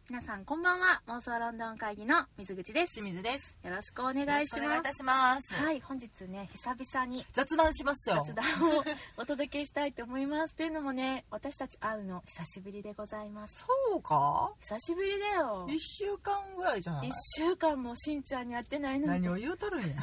皆さんこんばんは。妄想ロンドン会議の水口です。 清水です。 よろしくお願いします。 お願いいたします。 はい、本日ね久々に雑談しますよ。 雑談をお届けしたいと思いますというのもね、私たち会うの久しぶりでございます。 そうか、 久しぶりだよ。 1週間ぐらいじゃない。 1週間もしんちゃんに会ってないのに。 何を言うとるんや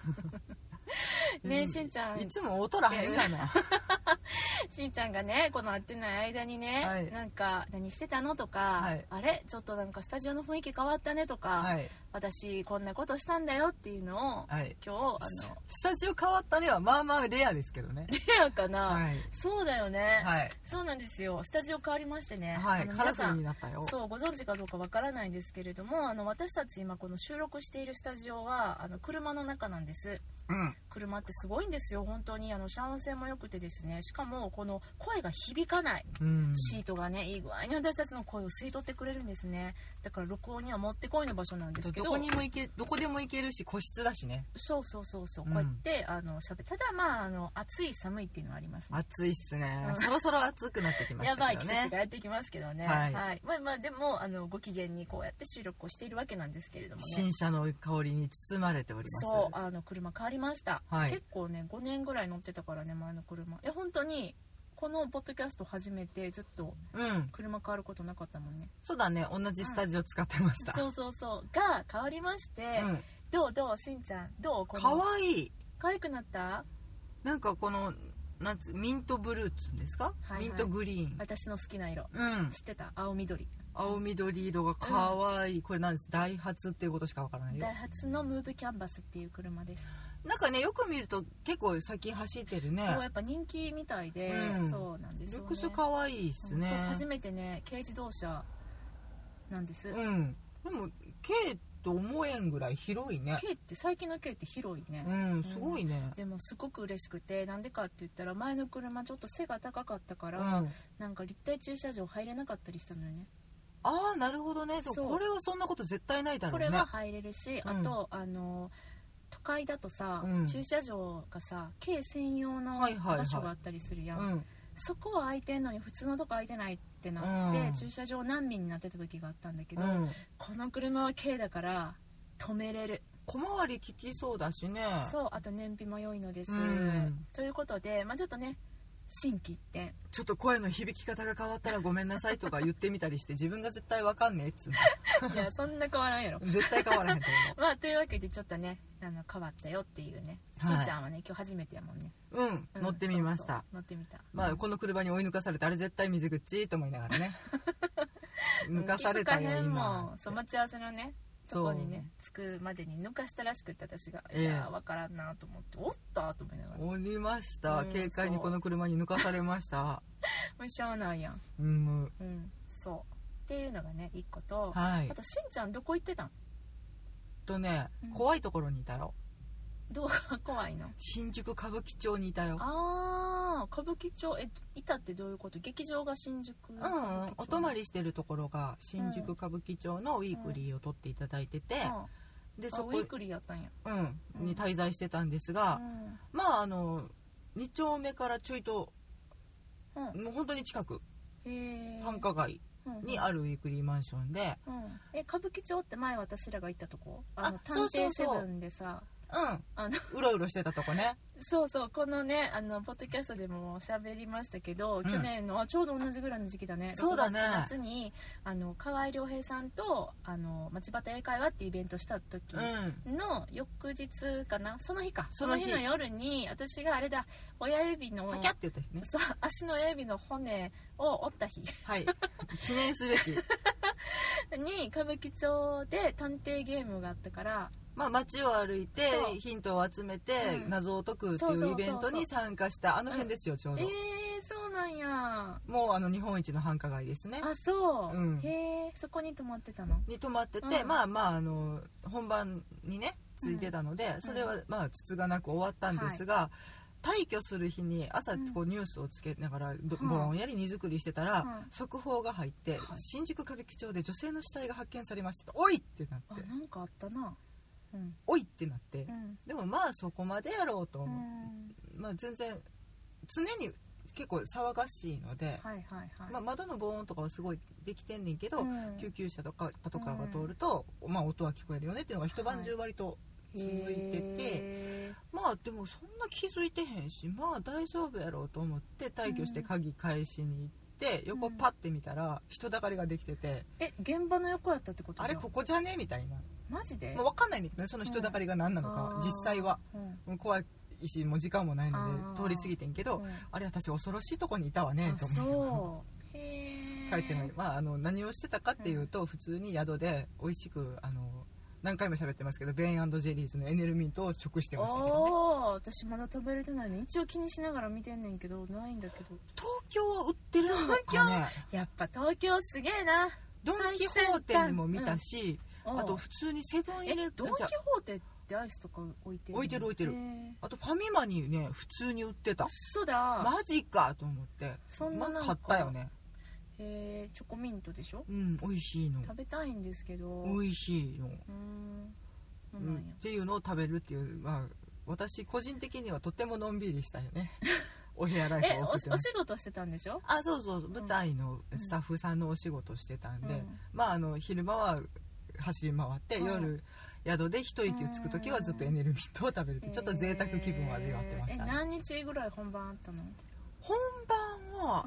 ねえ、しんちゃんいつもおとらへんがなしんちゃんがねこの会ってない間にね、 はい、 なんか何してたのとか、はい、あれちょっとなんかスタジオの雰囲気変わったねとか、はい、私こんなことしたんだよっていうのを、はい、今日スタジオ変わったねはまあまあレアですけどね。 レアかな、はい、そうだよね、はい、そうなんですよ。スタジオ変わりましてね、 はい、カラフルになったよ。 そうご存知かどうかわからないんですけれども、私たち今この収録しているスタジオは車の中なんです。うん、車ってすごいんですよ本当に。遮音性も良くてですね、しかもこの声が響かない、うん、シートがねいい具合に私たちの声を吸い取ってくれるんですね。だから録音にはもってこいの場所なんですけど、 どこでも行けるし個室だしね。 そうそうそうそう、こうやって喋ただまあ暑い寒いっていうのはありますね。 暑いっすね、そろそろ暑くなってきましたけどね。 やばい季節がやってきますけどね。はい、はい、まあでもご機嫌にこうやって収録をしているわけなんですけれどもね。 新車の香りに包まれております。 そう車変わりました、はい、結構ね5年ぐらい乗ってたからね前の車。いや本当にこのポッドキャスト始めてずっと車変わることなかったもんね、 そうだね、同じスタジオ使ってました、 そうそうそうが変わりまして、どうしんちゃんどう？ かわいい。 可愛くなった？ なんかこのミントブルーっつうんですか、はいはい、ミントグリーン、 私の好きな色、知ってた？青緑色がかわいい、これなんです？ダイハツっていうことしかわからないよ。 ダイハツのムーブキャンバスっていう車です。 なんかねよく見ると結構最近走ってるね。 そうやっぱ人気みたいで、そうなんですよね。 ルックスかわいいっすね、 そう初めてね軽自動車なんです。でも軽と思えんぐらい広いね。 軽って最近の軽って広いね。 すごいね。 でもすごく嬉しくて、なんでかって言ったら前の車ちょっと背が高かったから、なんか立体駐車場入れなかったりしたのよね。 ああなるほどね。これはそんなこと絶対ないだろうね。 これは入れるし、あと都会だとさ、駐車場がさ軽専用の場所があったりするやん、そこは空いてんのに普通のとこ空いてないってなって、駐車場難民になってた時があったんだけど、この車は軽だから止めれる。 小回り利きそうだしね。 そう、あと燃費も良いのです、ということで、ちょっとね心機一転、 ちょっと声の響き方が変わったらごめんなさいとか言ってみたりして自分が絶対わかんねえっつうのいやそんな変わらんやろ絶対変わらへんと思うというわけでちょっとね変わったよっていうね、しんちゃんはね今日初めてやもんね。 乗ってみました。 乗ってみた。 この車に追い抜かされてあれ絶対水口と思いながらね抜かされたよ今。 そう待ち合わせのねそこにね着くまでに抜かしたらしくって私がいや分からんなと思っておったと思いながらおりました、軽快にこの車に抜かされましたもうしゃあないやん。そうっていうのがね一個と、あとしんちゃんどこ行ってたん？ 怖いところにいたよ。 どう怖いの？ 新宿歌舞伎町にいたよ。 あー歌舞伎町いたってどういうこと？劇場が新宿？ お泊まりしてるところが新宿歌舞伎町のウィークリーを撮っていただいてて、 でそこウィークリーやったんや。 に滞在してたんですが、2丁目からちょいと、もう本当に近く繁華街にあるウィークリーマンションで、 歌舞伎町って前私らが行ったとこ？探偵セブンでさ、 うろうろしてたとこね。 そうそう、このねポッドキャストでも喋りましたけど、去年のちょうど同じぐらいの時期だね。 そうだね。 6月末に河合良平さんと町端英会話っていうイベントした時の翌日かな、その日か、その日の夜に私があれだ、親指のパキャって言った日ね。 そう足の親指の骨を折った日、 はい記念すべきに歌舞伎町で探偵ゲームがあったから、 街を歩いてヒントを集めて謎を解くっていうイベントに参加したあの辺ですよ、ちょうど。 そうなんや。 もう日本一の繁華街ですね。 あ、そう、へえ、そこに泊まってたの？ に泊まってて、本番にねついてたので、それはつつがなく終わったんですが、退去する日に朝ニュースをつけながらぼんやり荷造りしてたら、速報が入って、新宿歌舞伎町で女性の死体が発見されました。おいってなって、 なんかあったな、 おいってなって、でもそこまでやろうと思う、全然常に結構騒がしいので、 はいはいはい、 まあ、窓の防音とかはすごいできてんねんけど、 うん、 救急車とかパトカーが通ると、まあ、音は聞こえるよねっていうのが一晩中割と続いてて、まあでもそんな気づいてへんし、まあ大丈夫やろうと思って退去して鍵返しに行って、横パッて見たら人だかりができてて、 現場の横やったってことじゃん。 あれここじゃねみたいな。 マジで、 まあ、分かんないんだけどね、その人だかりが何なのか、実際は、怖いしもう時間もないので通り過ぎてんけど、あれ私恐ろしいとこにいたわねと思って帰ってない、まあ、何をしてたかっていうと、普通に宿で美味しく何回も喋ってますけどベン&ジェリーズのエネルミントを食してましたけどね。 私まだ食べれてないね。一応気にしながら見てんねんけどないんだけど。 東京は売ってるのかね。 やっぱ東京すげえな。 ドン・キホーテにも見たし、あと普通にセブンイレブン、 ドン・キホーテってアイスとか置いてるの？ 置いてる。あとファミマにね普通に売ってた。 そうだ、 マジかと思って、 そんななんか買ったよね。 チョコミントでしょ。 美味しいの。 食べたいんですけど。 美味しいの。っていうのを食べるっていう、まあ、私個人的にはとてものんびりしたよね。お部屋ライフを送ってます。 お仕事してたんでしょ。 そう舞台のスタッフさんのお仕事してたんで、まあ昼間は走り回って、夜宿で一息をつくときはずっとエネルギーを食べるって、ちょっと贅沢気分を味わってましたね。 何日ぐらい本番あったの？ 本番は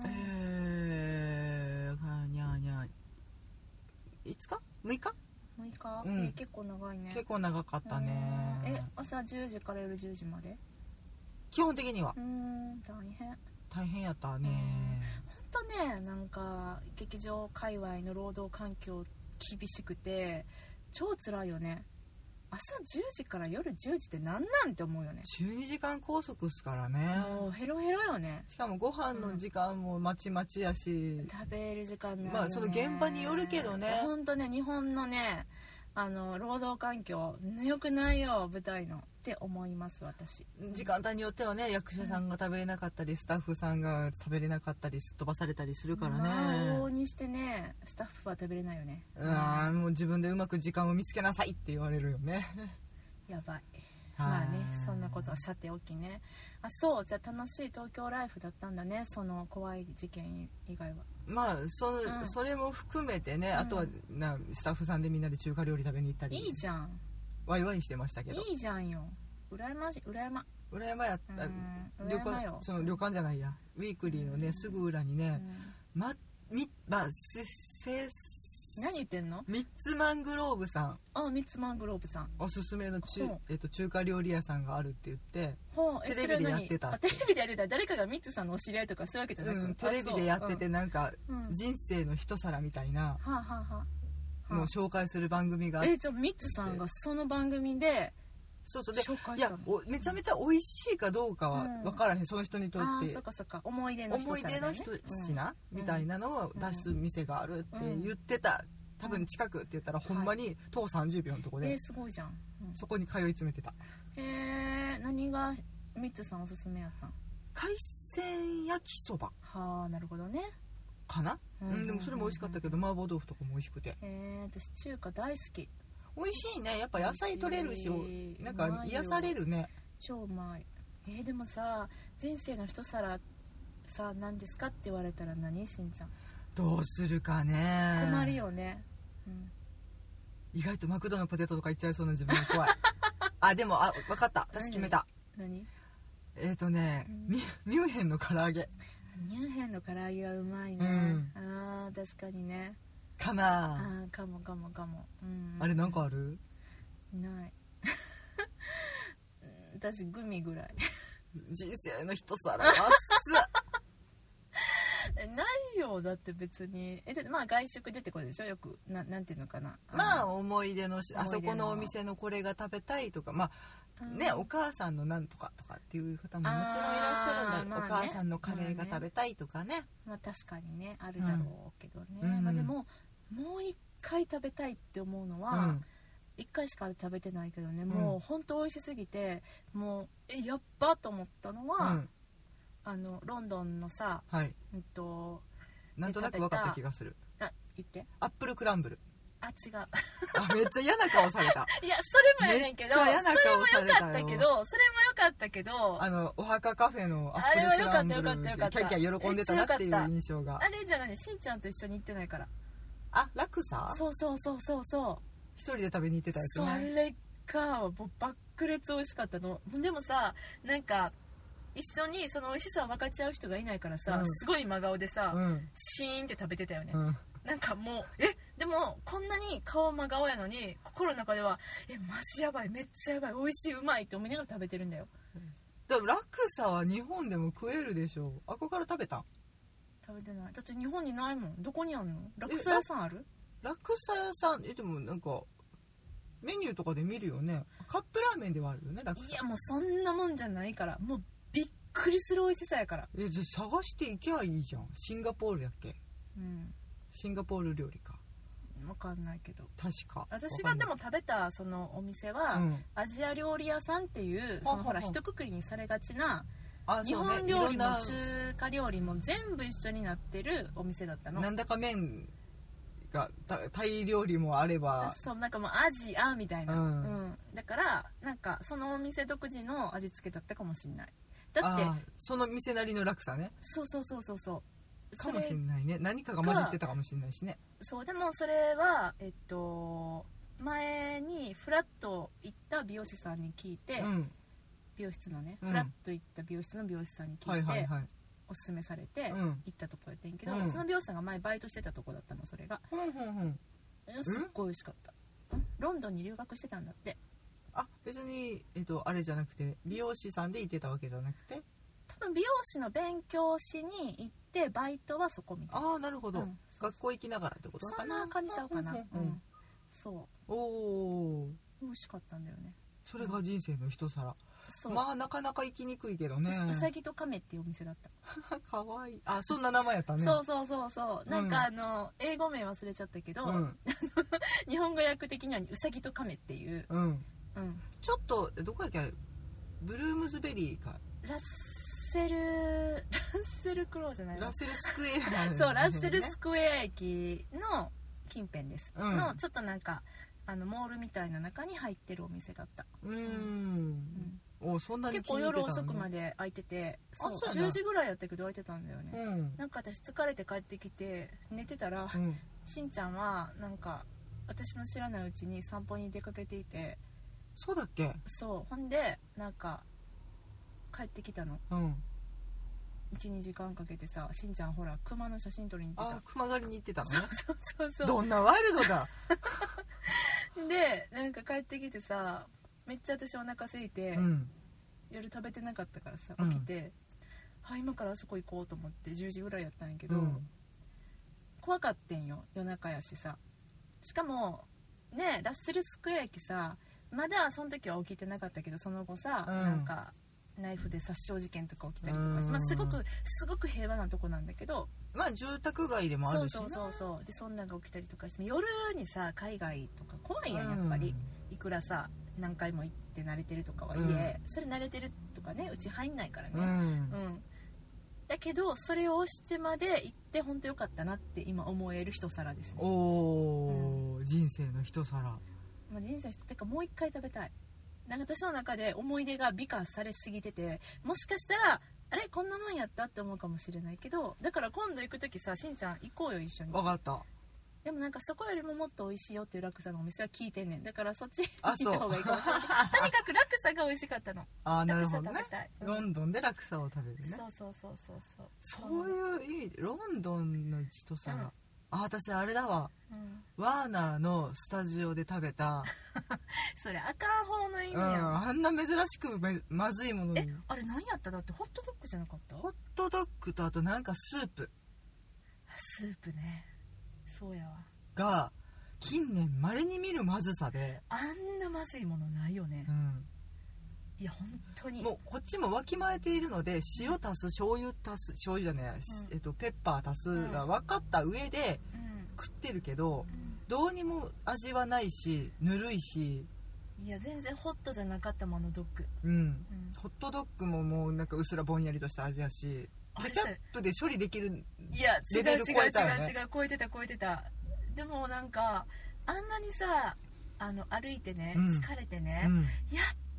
5日6日 6日、結構長いね。 結構長かったね。 朝10時から夜10時まで？ 基本的には大変やったね。 ほんとね、なんか劇場界隈の労働環境厳しくて超辛いよね。朝10時から夜10時ってなんって思うよね。 12時間拘束っすからね。 もうヘロヘロよね。 しかもご飯の時間もまちまちやし、 食べる時間ないよね。 まあその現場によるけどね。 ほんとね、日本のね労働環境良くないよ舞台のって思います私。 時間帯によってはね、役者さんが食べれなかったり、スタッフさんが食べれなかったりすっ飛ばされたりするからね。 往々にしてね、スタッフは食べれないよね。 もう自分でうまく時間を見つけなさいって言われるよね。 やばい。まあね、そんなことはさておきね。そうじゃあ楽しい東京ライフだったんだね、その怖い事件以外は。 まあそれも含めてね、あとはスタッフさんでみんなで中華料理食べに行ったり。 いいじゃん。 ワイワイしてましたけど。 いいじゃんよ。羨まやった。その旅館じゃないや、ウィークリーのねすぐ裏にね、 何言ってんの？ ミッツマングローブさん。 ミッツマングローブさんおすすめの中華料理屋さんがあるって言ってテレビでやってた。 テレビでやってた。誰かがミッツさんのお知り合いとかそういうわけじゃなくて、 テレビでやってて、なんか人生の一皿みたいなのを紹介する番組があって、 ミッツさんがその番組で紹介したの？ いや、めちゃめちゃ美味しいかどうかは分からへん、その人にとって。 そっか思い出の一品みたいなのを出す店があるって言ってた。多分近くって言ったらほんまに徒歩30秒のとこで、 すごいじゃん。 そこに通い詰めてた。 何がミッツさんおすすめやったん？ 海鮮焼きそば。 なるほどね。 かな。でもそれも美味しかったけど、麻婆豆腐とかも美味しくて。 私中華大好き。 美味しいね。やっぱ野菜取れるし、なんか癒されるね。 超うまい。でもさ、人生の一皿さ何ですかって言われたら何？しんちゃんどうするかね。 困るよね。 意外とマクドのポテトとかいっちゃいそうな自分が怖い。でも分かった。私決めた。 何？ ミュンヘンの唐揚げ。 ミュンヘンの唐揚げはうまいね。確かにね。 かな。 かも。 あれなんかある？ ない。私グミぐらい。 人生の一皿がっす。 ないよ。だって別にまあ外食出てこるでしょよく。なんていうのかな、 まあ思い出のあそこのお店のこれが食べたいとか、まあね、お母さんのなんとかとかっていう方ももちろんいらっしゃるんだ。お母さんのカレーが食べたいとかね。 確かにね、あるだろうけどね。でももう一回食べたいって思うのは、1回しか食べてないけどね、もうほんと美味しすぎて、もうやっばと思ったのは、ロンドンのさ、 なんとなく分かった気がする。 言って。 アップルクランブル。 違う。 めっちゃ嫌な顔された。 いや、それもやねんけど、それも良かったけど、 かったけど、 お墓カフェのアッあれはプルクラよかったよンブルでかったよかった。 キャッキャ喜んでたなっていう印象が。 あれじゃない、しんちゃんと一緒に行ってないから。 あ、ラクサ？ そうそうそうそうそう。 一人で食べに行ってたやつね。 それがもう爆裂美味しかったの。でもさ、なんか一緒にその美味しさを分かち合う人がいないからさ、すごい真顔でさ、シーンって食べてたよね。なんかもうでもこんなに顔真顔やのに心の中ではマジやばい、めっちゃやばい、美味しい、うまいって思いながら食べてるんだよ。 でもラクサは日本でも食えるでしょ。あここから食べたん？ 食べてない。だって日本にないもん。どこにあんの？ラクサ屋さんある？ ラクサ屋さんでもなんかメニューとかで見るよね。カップラーメンではあるよね、ラクサ。 いやもうそんなもんじゃないから、もうびっくりする美味しさやから。 じゃあ探していけばいいじゃん。シンガポールだっけ？シンガポール料理か分かんないけど、 確か私がでも食べたそのお店は、アジア料理屋さんっていうそのほら一括りにされがちな日本料理も中華料理も全部一緒になってるお店だったの。 なんだか麺がタイ料理もあれば、 そうなんかもうアジアみたいな、だからなんかそのお店独自の味付けだったかもしれない。だってその店なりのラクサね。 そうそうそうそうそうかもしれないね。何かが混じってたかもしれないしね。 そうでもそれは前にフラッと行った美容師さんに聞いて、美容室のね、フラッと行った美容室の美容師さんに聞いて、おすすめされて行ったとこやってんけど、その美容師さんが前バイトしてたとこだったの、それが。すっごい美味しかった。ロンドンに留学してたんだって。 あ、別にあれじゃなくて美容師さんで行ってたわけじゃなくて、 多分美容師の勉強しに行ってバイトはそこみたいな。 ああなるほど、学校行きながらってことかな。 そんな感じちゃうかな。そう。 おお、 美味しかったんだよね。 それが人生の一皿。まあなかなか行きにくいけどね。 うさぎと亀っていうお店だった。 かわいい。あ、そんな名前やったね。 そうそうそうそう。なんか英語名忘れちゃったけど、日本語訳的にはうさぎと亀っていう。 ちょっとどこやっけ、ブルームズベリーか。 ラッセルクローじゃないの？ ラッセルスクエア、 そう、ラッセルスクエア駅の近辺です。のちょっとなんかモールみたいな中に入ってるお店だった。お、そんなに結構夜遅くまで開いてて、そう10時ぐらいやったけど開いてたんだよね。なんか私疲れて帰ってきて寝てたら、しんちゃんはなんか私の知らないうちに散歩に出かけていて。 そうだっけ？そう、 ほんでなんか帰ってきたの。1,2 時間かけてさ、しんちゃんほら熊の写真撮りに行ってた。 熊狩りに行ってたのね。 そうどんなワイルドだ。 でなんか帰ってきてさ、めっちゃ私お腹空いて、夜食べてなかったからさ起きて、今からあそこ行こうと思って10時ぐらいやったんやけど、怖かってんよ、夜中やしさ。しかもね、ラッセルスクエア駅さ、まだその時は起きてなかったけど、その後さ、なんかナイフで殺傷事件とか起きたりとかして、すごく平和なとこなんだけど、 住宅街でもあるしな。 そうで、そんなんが起きたりとかして、夜にさ海外とか怖いやん、やっぱり。いくらさ何回も行って慣れてるとかはいえ、それ慣れてるとかね、うち入んないからね。だけどそれを押してまで行って本当よかったなって今思える一皿ですね。 人生の一皿。 人生の一皿ってか、もう一回食べたい。なんか私の中で思い出が美化されすぎてて、もしかしたらあれこんなもんやったって思うかもしれないけど、だから今度行く時さ、しんちゃん行こうよ、一緒に。 分かった。 でもなんかそこよりももっと美味しいよっていうラクサのお店は聞いてんねん。だからそっちに行った方がいいかもしれない。とにかくラクサが美味しかったの。 なるほどね。ロンドンでラクサを食べるね。そういう意味でロンドンの一皿。私あれだわ、ワーナーのスタジオで食べたそれあかん方の意味やん。 あんな珍しくまずいものに。 あれ何やった？だってホットドッグじゃなかった？ ホットドッグと、あとなんかスープね。そうやわ。 が近年稀に見るまずさで、 あんなまずいものないよね。いや本当に。 もうこっちもわきまえているので、塩足す、醤油じゃない、ペッパー足すが分かった上で食ってるけど、どうにも味はないし、ぬるいし。 いや全然ホットじゃなかったもの、ドッグ。 ホットドッグももうなんかうすらぼんやりとした味やし、ケチャップで処理できるレベル超えたよね。 違う超えてた。でもなんかあんなにさ歩いてね、疲れてね、やっと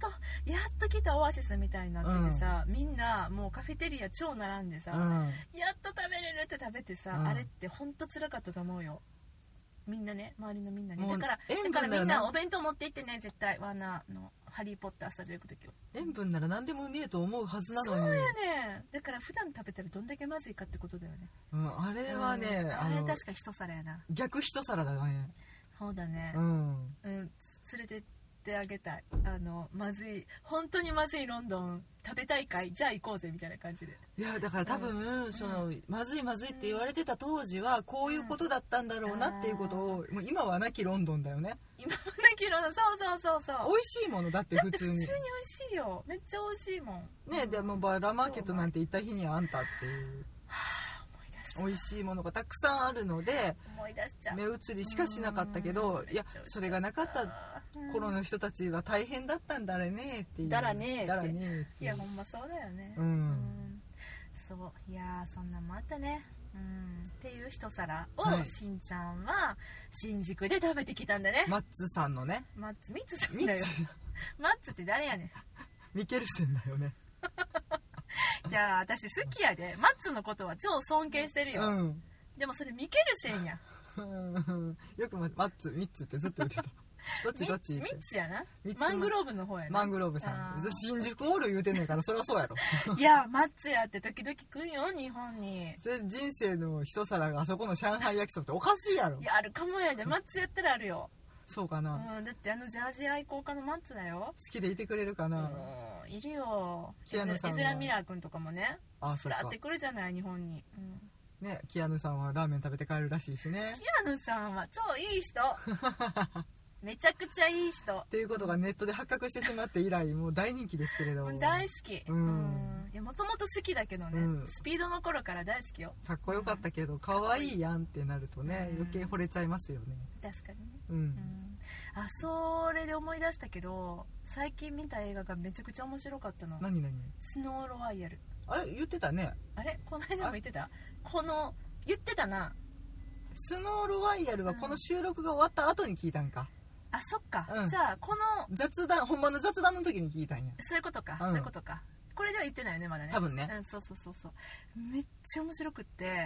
やっと来たオアシスみたいになっててさ、みんなもうカフェテリア超並んでさ、やっと食べれるって食べてさ、あれってほんと辛かったと思うよ、みんなね、周りのみんなね。だからみんなお弁当持って行ってね、絶対ワーナーのハリーポッタースタジオ行くときは。 塩分なら何でもうめえと思うはずなのに。 そうやね。だから普段食べたらどんだけまずいかってことだよね。 あれはね、 あれ確か一皿やな。 逆一皿だね。 そうだね。連れてってあげたい。まずい、本当にまずいロンドン食べたいかい、じゃあ行こうぜみたいな感じで。 いやだから多分、そのまずいまずいって言われてた当時はこういうことだったんだろうなっていうことを、もう今はなきロンドンだよね。 今はなきロンドン、そう美味しいものだって普通に美味しいよ、めっちゃ美味しいもんね。でもバラマーケットなんて行った日にはあんたっていう美味しいものがたくさんあるので思い出しちゃう。 目移りしかしなかったけど、いやそれがなかった頃の人たちは大変だったんだねっていう。 だらねっていやほんまそうだよね。そういやそんなんもあったね。っていう一皿を、しんちゃんは新宿で食べてきたんだね。 マッツさんのね。 ミッツさんだよ。マッツって誰やねん。 ミケルセンだよね。 じゃあ私好きやで。マッツのことは超尊敬してるよ。でもそれミケルセンや。 よくマッツミッツってずっと言ってた。どっちミッツやな。マングローブの方やな。 マングローブさん。新宿おる言うてんねんからそりゃそうやろ。 いやマッツやって時々来んよ日本に。 それ人生の一皿があそこの上海焼きそばっておかしいやろ。 いやあるかもやで。マッツやったらあるよ。 そうかな。 だってジャージ愛好家のマッツだよ。 好きでいてくれるかな。 いるよ。 キアヌさんはエズラミラー君とかもね。 そうか。 フラってくるじゃない日本に。 ね、キアヌさんはラーメン食べて帰るらしいしね。 キアヌさんは超いい人。めちゃくちゃいい人っていうことがネットで発覚してしまって以来もう大人気ですけれど。 大好き。いやもともと好きだけどね、スピードの頃から大好きよ。 かっこよかったけど可愛いやんってなるとね、余計惚れちゃいますよね。 確かにね。それで思い出したけど最近見た映画がめちゃくちゃ面白かったの。 何スノーロワイヤル。 あれ言ってたね。 あれこの間も言ってた。言ってたな。 スノーロワイヤルはこの収録が終わった後に聞いたんか。 そっか、じゃあこの雑談、本番の雑談の時に聞いたんや。 そういうことか、そういうことか。これでは言ってないよねまだね。 多分ね。 そうめっちゃ面白くって、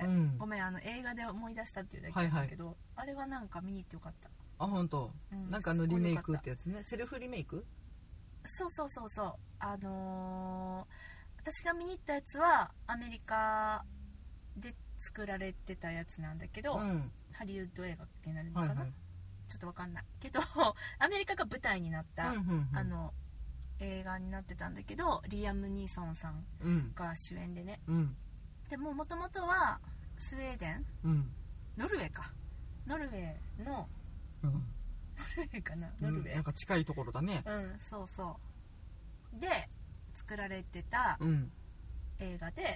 ごめん映画で思い出したっていうだけなんだけど、あれはなんか見に行ってよかった。 本当。なんかリメイクってやつね。セルフリメイク。 そう私が見に行ったやつはアメリカで作られてたやつなんだけど、ハリウッド映画になるのかな、ちょっと分かんないけどアメリカが舞台になった、映画になってたんだけど、リアム・ニーソンさんが主演でね、でももともとはスウェーデン、ノルウェーか、ノルウェーの、ノルウェーかな、ノルウェー、 なんか近いところだね。 で作られてた映画で、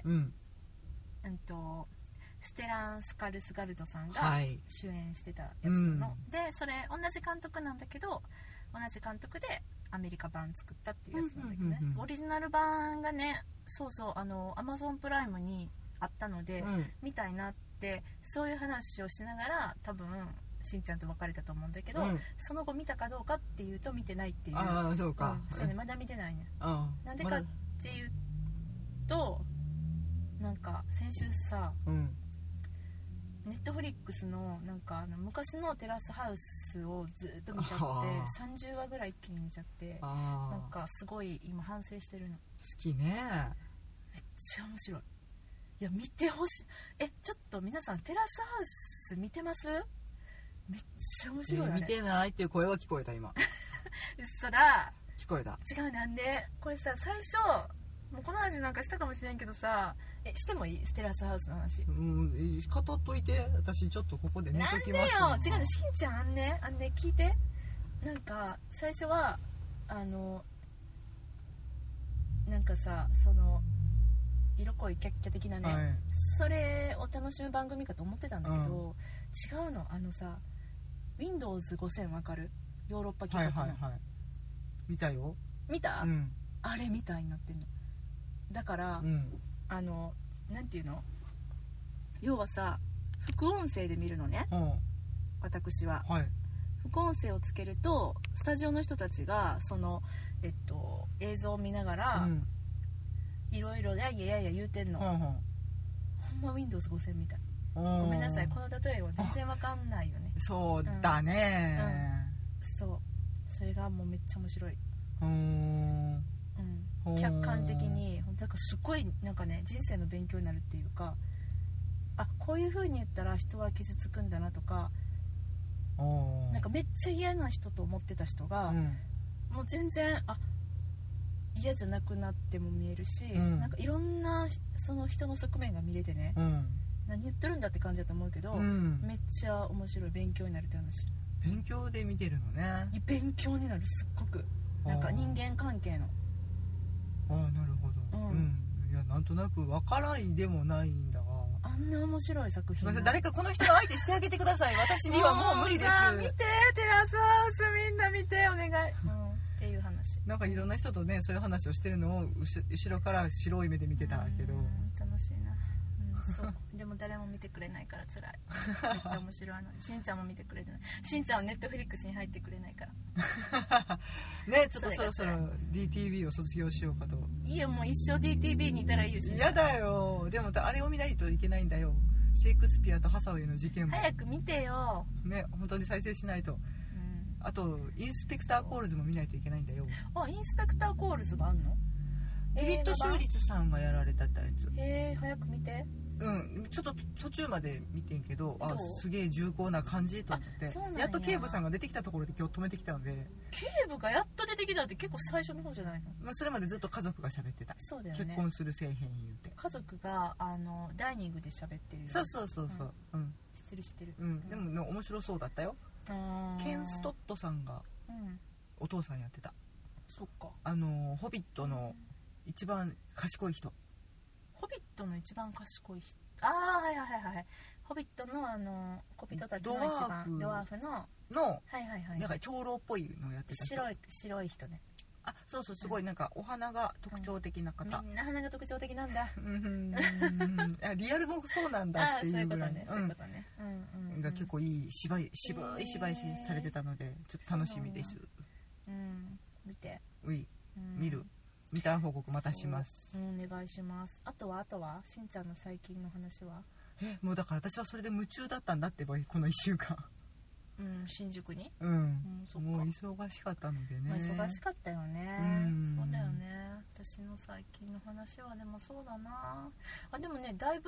ステラン・スカルスガルドさんが主演してたやつの、でそれ同じ監督なんだけど、同じ監督でアメリカ版作ったっていうやつなんだけどね、オリジナル版がね、Amazon プライムにあったので、見たいなって、そういう話をしながら多分しんちゃんと別れたと思うんだけど、その後見たかどうかっていうと見てないっていう。 そうか、 そうね、まだ見てないね。なんでかっていうと、なんか先週さ、ネットフリックスのなんか昔のテラスハウスをずっと見ちゃって、30話ぐらい一気に見ちゃって、なんかすごい今反省してるの。 好きね。 めっちゃ面白い。いや見てほしい。ちょっと皆さんテラスハウス見てます？めっちゃ面白い。 見てないっていう声は聞こえた今。 嘘だ。 聞こえた。 違う、なんでこれさ、最初もうこの話なんかしたかもしれんけどさ、してもいい？ステラスハウスの話。 語っといて。私ちょっとここで寝ときますよ。 なんでよ。違うね、しんちゃんあんね聞いて。なんか最初はなんかさ、色恋キャッキャ的なね、それを楽しむ番組かと思ってたんだけど、違うの。さ Windows 5000わかる？ヨーロッパ企画の。 見たよ。 見た？あれみたいになってんの。だから、なんていうの？要はさ、副音声で見るのね。私は。 副音声をつけるとスタジオの人たちがその、映像を見ながら、いろいろやいや言うてんの、ほんま Windows 5000みたい。ごめんなさい、この例えは全然わかんないよね。 そうだね、 そうそれがもうめっちゃ面白い。客観的になんかすごいなんかね、人生の勉強になるっていうか、あ、こういう風に言ったら人は傷つくんだなとか、なんかめっちゃ嫌な人と思ってた人が、もう全然嫌じゃなくなっても見えるし、なんかいろんなその人の側面が見れてね、何言ってるんだって感じだと思うけど、めっちゃ面白い、勉強になるって話。 勉強で見てるのね。 勉強になる、すっごく。なんか人間関係の。 なるほど。いや、なんとなく分からんでもないんだが、 あんな面白い作品。 すみません、誰かこの人の相手してあげてください。私にはもう無理です。 見て、テラスハウスみんな見て、お願い。っていう話。 なんかいろんな人とね、そういう話をしてるのを後ろから白い目で見てたけど、 楽しいな。そうでも誰も見てくれないから辛い。めっちゃ面白いのにしんちゃんも見てくれてない。しんちゃんはネットフリックスに入ってくれないからね、ちょっとそろそろ DTV を卒業しようかと。 いいよ、もう一生 DTV にいたらいいよ。 嫌だよ。でもあれを見ないといけないんだよ。シェイクスピアとハサウェイの事件も早く見てよね、本当に再生しないと。あとインスペクターコールズも見ないといけないんだよ。 インスペクターコールズがあんの？ デビッド・シューリツさんがやられたってやつ。 早く見て。 ちょっと途中まで見てんけど、すげえ重厚な感じと思って、やっと警部さんが出てきたところで今日止めてきたので。 警部がやっと出てきたって結構最初の方じゃないの？ それまでずっと家族が喋ってた。 そうだよね。 結婚するせえへん言うて家族がダイニングで喋ってるよ。 そう、 知ってる、 でも面白そうだったよ。ケン・ストットさんがお父さんやってた。 そっか。 ホビットの一番賢い人。 ホビットの一番賢い人。はいホビットの小人たちの一番ドワーフのなんか長老っぽいのをやってた人。 白い人ね。 そう、すごいなんかお花が特徴的な方。 みんな花が特徴的なんだ。 リアルもそうなんだっていうぐらい。 そういうことね。 が結構いい渋い芝居されてたので、ちょっと楽しみです。 見て。 見る。見た報告またします。 お願いします。あとはしんちゃんの最近の話は？ もうだから私はそれで夢中だったんだってば、この1週間。 新宿に？ もう忙しかったのでね。 忙しかったよね。そうだよね。私の最近の話はでもそうだな。でもね、だいぶ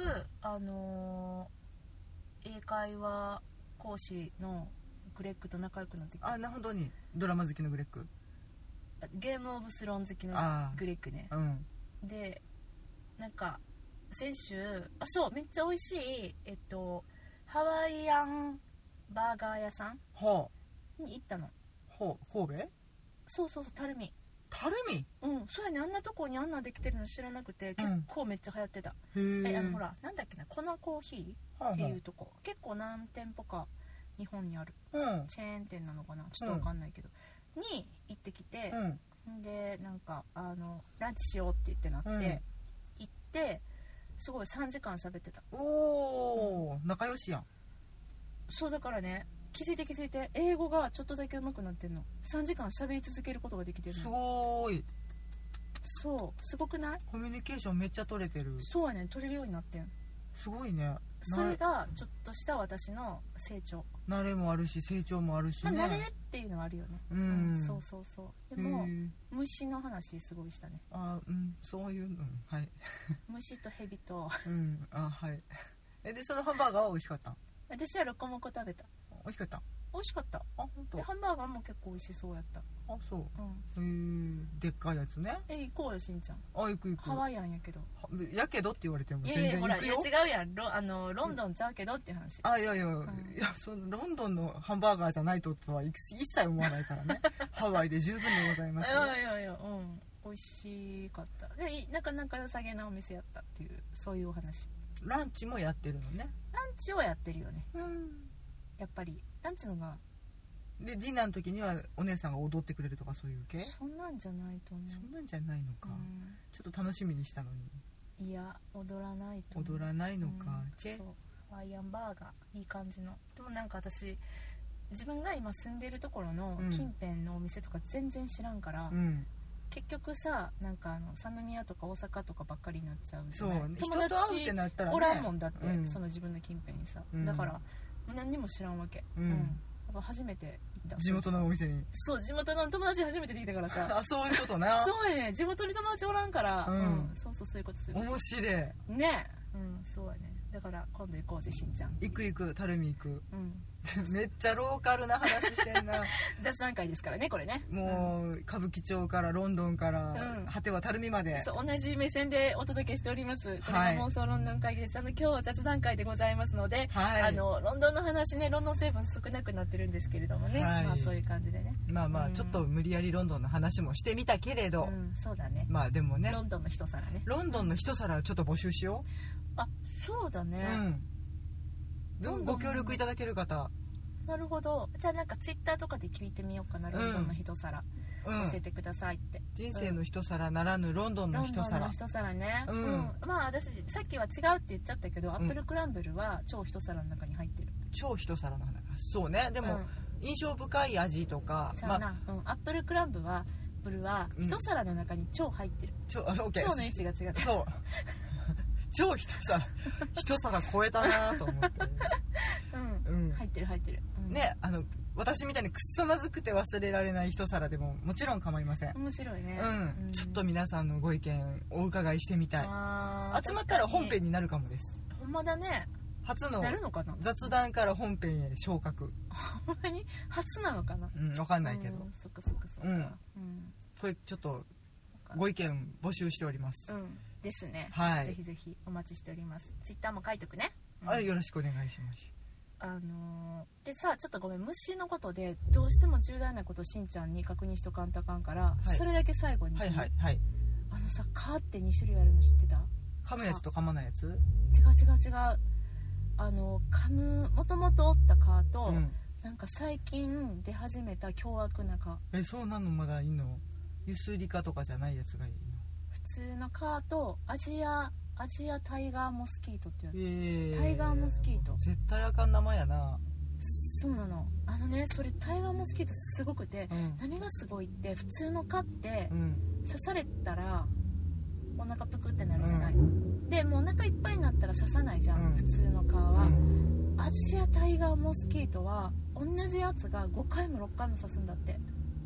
英会話講師のグレッグと仲良くなってきた。 なるほどに。ドラマ好きのグレッグ。 ゲームオブスローン好きのグレッグね。でなんか先週そうめっちゃ美味しいハワイアンバーガー屋さんに行ったの。 神戸？ そう垂水。そうやね。あんなとこにあんなできてるの知らなくて、結構めっちゃ流行ってた。ほらなんだっけな、コナコーヒーっていうとこ、結構何店舗か日本にあるチェーン店なのかな、ちょっと分かんないけど、に行ってきて、でなんかランチしようって言ってなって、行ってすごい3時間喋ってた。 仲良しやん。 そうだからね、気づいて英語がちょっとだけ上手くなってんの。3時間喋り続けることができてるの。 すごい。 そうすごくない？ コミュニケーションめっちゃ取れてる。 そうやね、取れるようになってん。 すごいね。 それがちょっとした私の成長。 慣れもあるし成長もあるしね。 慣れっていうのはあるよね。そうでも虫の話すごいしたね。 そういうの。 虫と蛇とでそのハンバーガーは美味しかった？ 私はロコモコ食べた。 美味しかった？ 美味しかった。 本当？ ハンバーガーも結構美味しそうやった。 そう。でっかいやつね。 行こうよしんちゃん。 行く。 ハワイアンやけど。 やけどって言われても全然行くよ。 ほら違うやん。ロンドンちゃうけどっていう話。 いやそのロンドンのハンバーガーじゃないとは一切思わないからね。ハワイで十分でございますよ。美味しかった。でなかなか良さげなお店やったっていう、そういうお話。 ランチもやってるのね。 ランチをやってるよね。やっぱりランチのが。 でディナーの時にはお姉さんが踊ってくれるとかそういう系？ そんなんじゃないと思う。 そんなんじゃないのか。ちょっと楽しみにしたのに。 いや踊らないと思う。 踊らないのか。 そうハワイアンバーガーいい感じの。でもなんか私自分が今住んでるところの近辺のお店とか全然知らんから、結局さ、なんか三宮とか大阪とかばっかりになっちゃうじゃない。 そう、人と会うってなったらね、 おらんもんだって、その自分の近辺にさ、だからもう何にも知らんわけ。だから初めて行った。 地元のお店に。 そう、地元の友達初めてできたからさ。 あ、そういうことな。 そうやね、地元に友達おらんから、そうそういうことする。 面白いね。そうやね。だから今度行こうぜ、しんちゃん。 行く、垂水行く。めっちゃローカルな話してんな。 雑談会ですからね、これね。 もう歌舞伎町からロンドンから、果ては垂水まで。 そう、同じ目線でお届けしております。これが妄想ロンドン会議です。今日は雑談会でございますので、ロンドンの話ね、ロンドン成分少なくなってるんですけれどもね、まあそういう感じでね。 まあちょっと無理やりロンドンの話もしてみたけれど、 そうだね。 まあでもね、 ロンドンの一皿ね。 ロンドンの一皿ちょっと募集しよう。 あ、そうだね。 ご協力いただける方。 なるほど。じゃあなんかツイッターとかで聞いてみようかな、ロンドンの一皿、教えてくださいって。 人生の一皿ならぬロンドンの一皿。 ロンドンの一皿ね。まあ私さっきは違うって言っちゃったけど、アップルクランブルは超一皿の中に入ってる。 超一皿の中。そうね。でも、印象深い味とか。 アップルクランブルは一皿の中に超入ってる。超の位置が違う。 そう。超一皿超えたなと思って。 入ってる。 ね、私みたいにくっそまずくて忘れられない一皿でももちろん構いません。 面白いね。 ちょっと皆さんのご意見お伺いしてみたい。集まったら本編になるかもです。 ほんまだね。 初の雑談から本編へ昇格。 ほんまに初なのかな。 分かんないけど。 そっか。 これちょっとご意見募集しております。 ですね。ぜひぜひお待ちしております。ツイッターも書いとくね。 よろしくお願いします。 でさ、ちょっとごめん、虫のことでどうしても重大なことしんちゃんに確認しとかんとあかんから、それだけ最後に。さ、蚊って2種類あるの知ってた？ 噛むやつと噛まないやつ？違う。 もともとおった蚊と、なんか最近出始めた凶悪な蚊。 そうなのまだいいの？ユスリカとかじゃないやつがいいの？ 普通の蚊とアジアタイガーモスキートってやつ。タイガーモスキート。 絶対あかん名前やな。 そうなの。それタイガーモスキートすごくて、何がすごいって普通の蚊って、刺されたらお腹ぷくってなるじゃない。でもうお腹いっぱいになったら刺さないじゃん、普通の蚊は。アジアタイガーモスキートは同じやつが5回も6回も刺すんだって。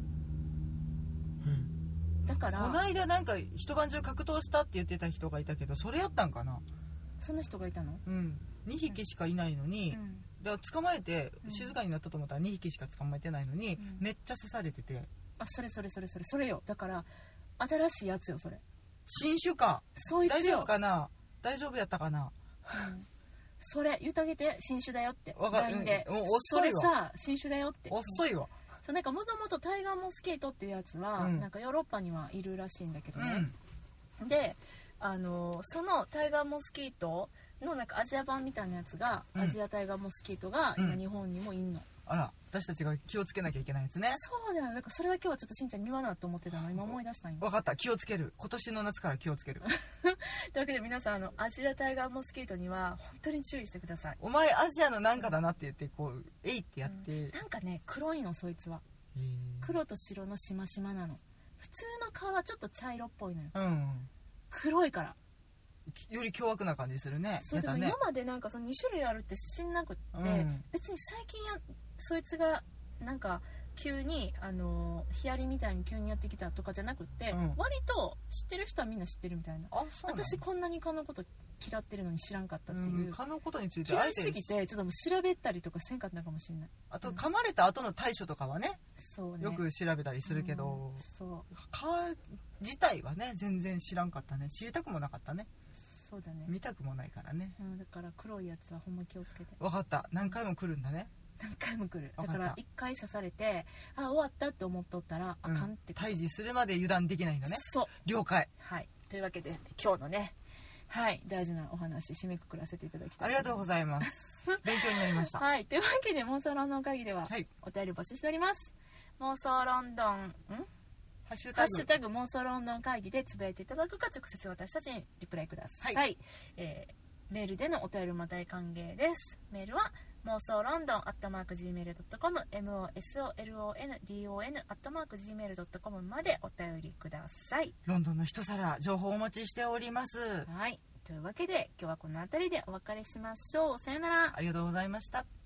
だからこの間なんか一晩中格闘したって言ってた人がいたけど、それやったんかな。 そんな人がいたの ？2匹しかいないのに、だから捕まえて静かになったと思ったら2匹しか捕まえてないのに、めっちゃ刺されてて。 それよ。だから新しいやつよ、それ。 新種か。 そいつよ。 大丈夫かな。大丈夫やったかな。 それ言ってあげて、新種だよって。LINE で。 遅いわ。 それさ、新種だよって。 遅いわ。 なんかもともとタイガーモスキートっていうやつは、なんかヨーロッパにはいるらしいんだけどね。で、そのタイガーモスキートのなんかアジア版みたいなやつが、アジアタイガーモスキートが今日本にもいんの。 あら、私たちが気をつけなきゃいけないやつね。 そうだよ。なんかそれだけはちょっとしんちゃんに言わなと思ってたの、今思い出したんよ。 分かった、気をつける。今年の夏から気をつける。 というわけで皆さん、アジアタイガーモスキートには本当に注意してください。 お前アジアのなんかだなって言ってこうえいってやって、 なんかね、黒いの、そいつは。黒と白のしましまなの。普通の皮はちょっと茶色っぽいのよ。黒いからより凶悪な感じするね。 そう、でも今までなんかその2種類あるって知んなくって、別に最近そいつがなんか急にヒアリみたいに急にやってきたとかじゃなくって、割と知ってる人はみんな知ってるみたいな。私こんなに蚊のこと嫌ってるのに知らんかったっていう。 蚊のことについて嫌いすぎてちょっともう調べたりとかせんかったかもしれない。 あと噛まれた後の対処とかはね、 そうね、 よく調べたりするけど、蚊自体はね全然知らんかったね。知りたくもなかったね。 そうだね。 見たくもないからね。 だから黒いやつはほんま気をつけて。 分かった。何回も来るんだね。 何回も来る。だから1回刺されて終わったって思っとったらあかんって退治するまで油断できないんだね。 そう、 了解。 はい、というわけで今日のね、大事なお話締めくくらせていただきたい。 ありがとうございます。勉強になりました。 はい、というわけで妄想ロンドン会議ではお便り募集しております。妄想ロンドンハッシュタグ妄想ロンドン会議でつぶやいていただくか、直接私たちにリプライください。メールでのお便りも大歓迎です。メールは妄想ロンドン@gmail.com mosolondon@gmail.com までお便りください。 ロンドンの一皿情報お待ちしております。 はい、というわけで今日はこの辺りでお別れしましょう。さよなら。 ありがとうございました。